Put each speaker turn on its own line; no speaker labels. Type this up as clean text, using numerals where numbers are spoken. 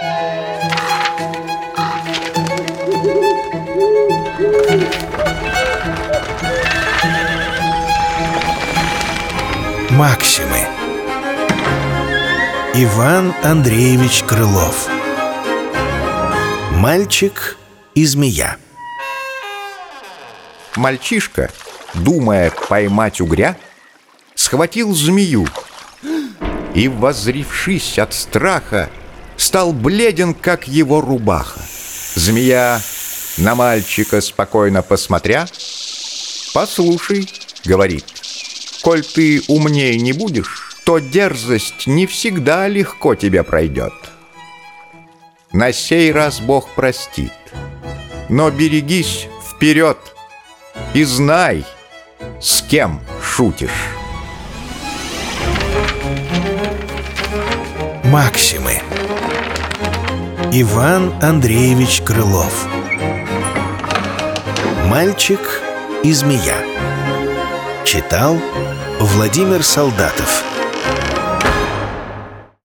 Максимы. Иван Андреевич Крылов. Мальчик и змея.
Мальчишка, думая поймать угря, схватил змею и, воззрившись от страха, стал бледен, как его рубаха. Змея, на мальчика спокойно посмотря: «Послушай, — говорит, — коль ты умней не будешь, то дерзость не всегда легко тебе пройдет. На сей раз Бог простит, но берегись вперед и знай, с кем шутишь».
Максимы. Иван Андреевич Крылов. Мальчик и змея. Читал Владимир Солдатов.